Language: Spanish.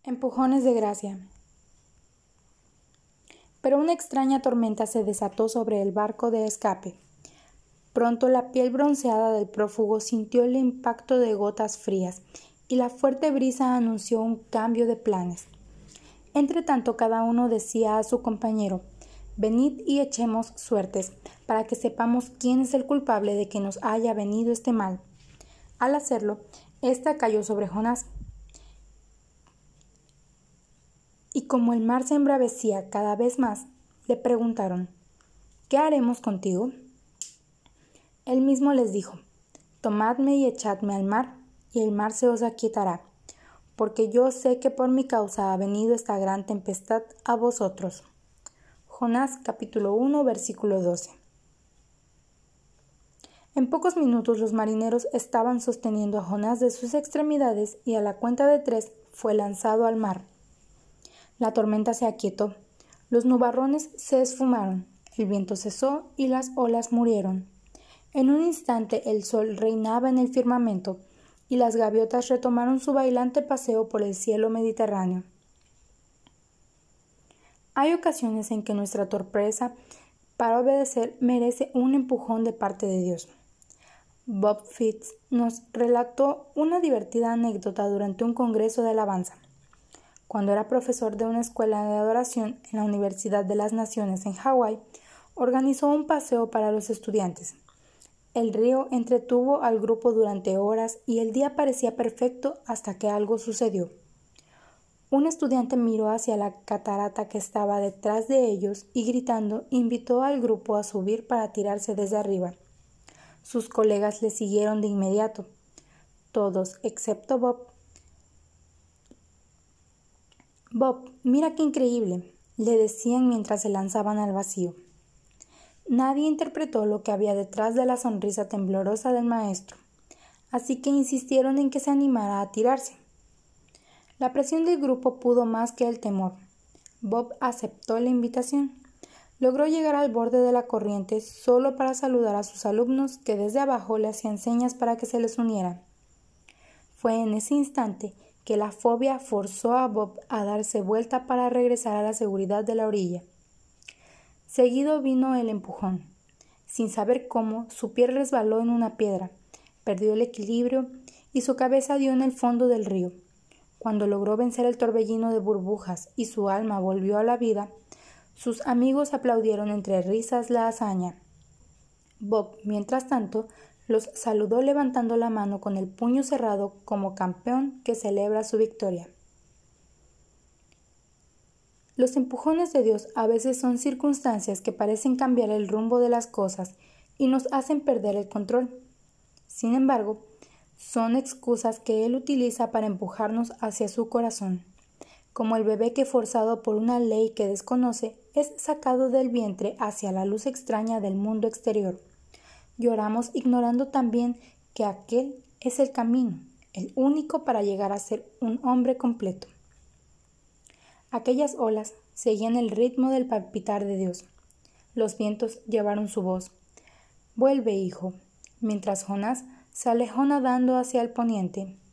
Empujones de gracia. Pero una extraña tormenta se desató sobre el barco de escape. Pronto la piel bronceada del prófugo sintió el impacto de gotas frías y la fuerte brisa anunció un cambio de planes. Entretanto, cada uno decía a su compañero: «Venid y echemos suertes, para que sepamos quién es el culpable de que nos haya venido este mal». Al hacerlo, ésta cayó sobre Jonás. Y como el mar se embravecía cada vez más, le preguntaron: «¿Qué haremos contigo?». Él mismo les dijo: «Tomadme y echadme al mar, y el mar se os aquietará, porque yo sé que por mi causa ha venido esta gran tempestad a vosotros». Jonás capítulo 1 versículo 12. En pocos minutos los marineros estaban sosteniendo a Jonás de sus extremidades y a la cuenta de 3 fue lanzado al mar. La tormenta se aquietó, los nubarrones se esfumaron, el viento cesó y las olas murieron. En un instante el sol reinaba en el firmamento y las gaviotas retomaron su bailante paseo por el cielo mediterráneo. Hay ocasiones en que nuestra torpeza para obedecer merece un empujón de parte de Dios. Bob Fitts nos relató una divertida anécdota durante un congreso de alabanza. Cuando era profesor de una escuela de adoración en la Universidad de las Naciones en Hawái, organizó un paseo para los estudiantes. El río entretuvo al grupo durante horas y el día parecía perfecto hasta que algo sucedió. Un estudiante miró hacia la catarata que estaba detrás de ellos y gritando invitó al grupo a subir para tirarse desde arriba. Sus colegas le siguieron de inmediato, todos excepto Bob. «Bob, mira qué increíble», le decían mientras se lanzaban al vacío. Nadie interpretó lo que había detrás de la sonrisa temblorosa del maestro, así que insistieron en que se animara a tirarse. La presión del grupo pudo más que el temor. Bob aceptó la invitación. Logró llegar al borde de la corriente solo para saludar a sus alumnos que desde abajo le hacían señas para que se les uniera. Fue en ese instante que la fobia forzó a Bob a darse vuelta para regresar a la seguridad de la orilla. Seguido vino el empujón. Sin saber cómo, su pie resbaló en una piedra, perdió el equilibrio y su cabeza dio en el fondo del río. Cuando logró vencer el torbellino de burbujas y su alma volvió a la vida, sus amigos aplaudieron entre risas la hazaña. Bob, mientras tanto, los saludó levantando la mano con el puño cerrado como campeón que celebra su victoria. Los empujones de Dios a veces son circunstancias que parecen cambiar el rumbo de las cosas y nos hacen perder el control. Sin embargo, son excusas que Él utiliza para empujarnos hacia su corazón, como el bebé que, forzado por una ley que desconoce, es sacado del vientre hacia la luz extraña del mundo exterior. Lloramos ignorando también que aquel es el camino, el único para llegar a ser un hombre completo. Aquellas olas seguían el ritmo del palpitar de Dios. Los vientos llevaron su voz: «Vuelve, hijo», mientras Jonás se alejó nadando hacia el poniente.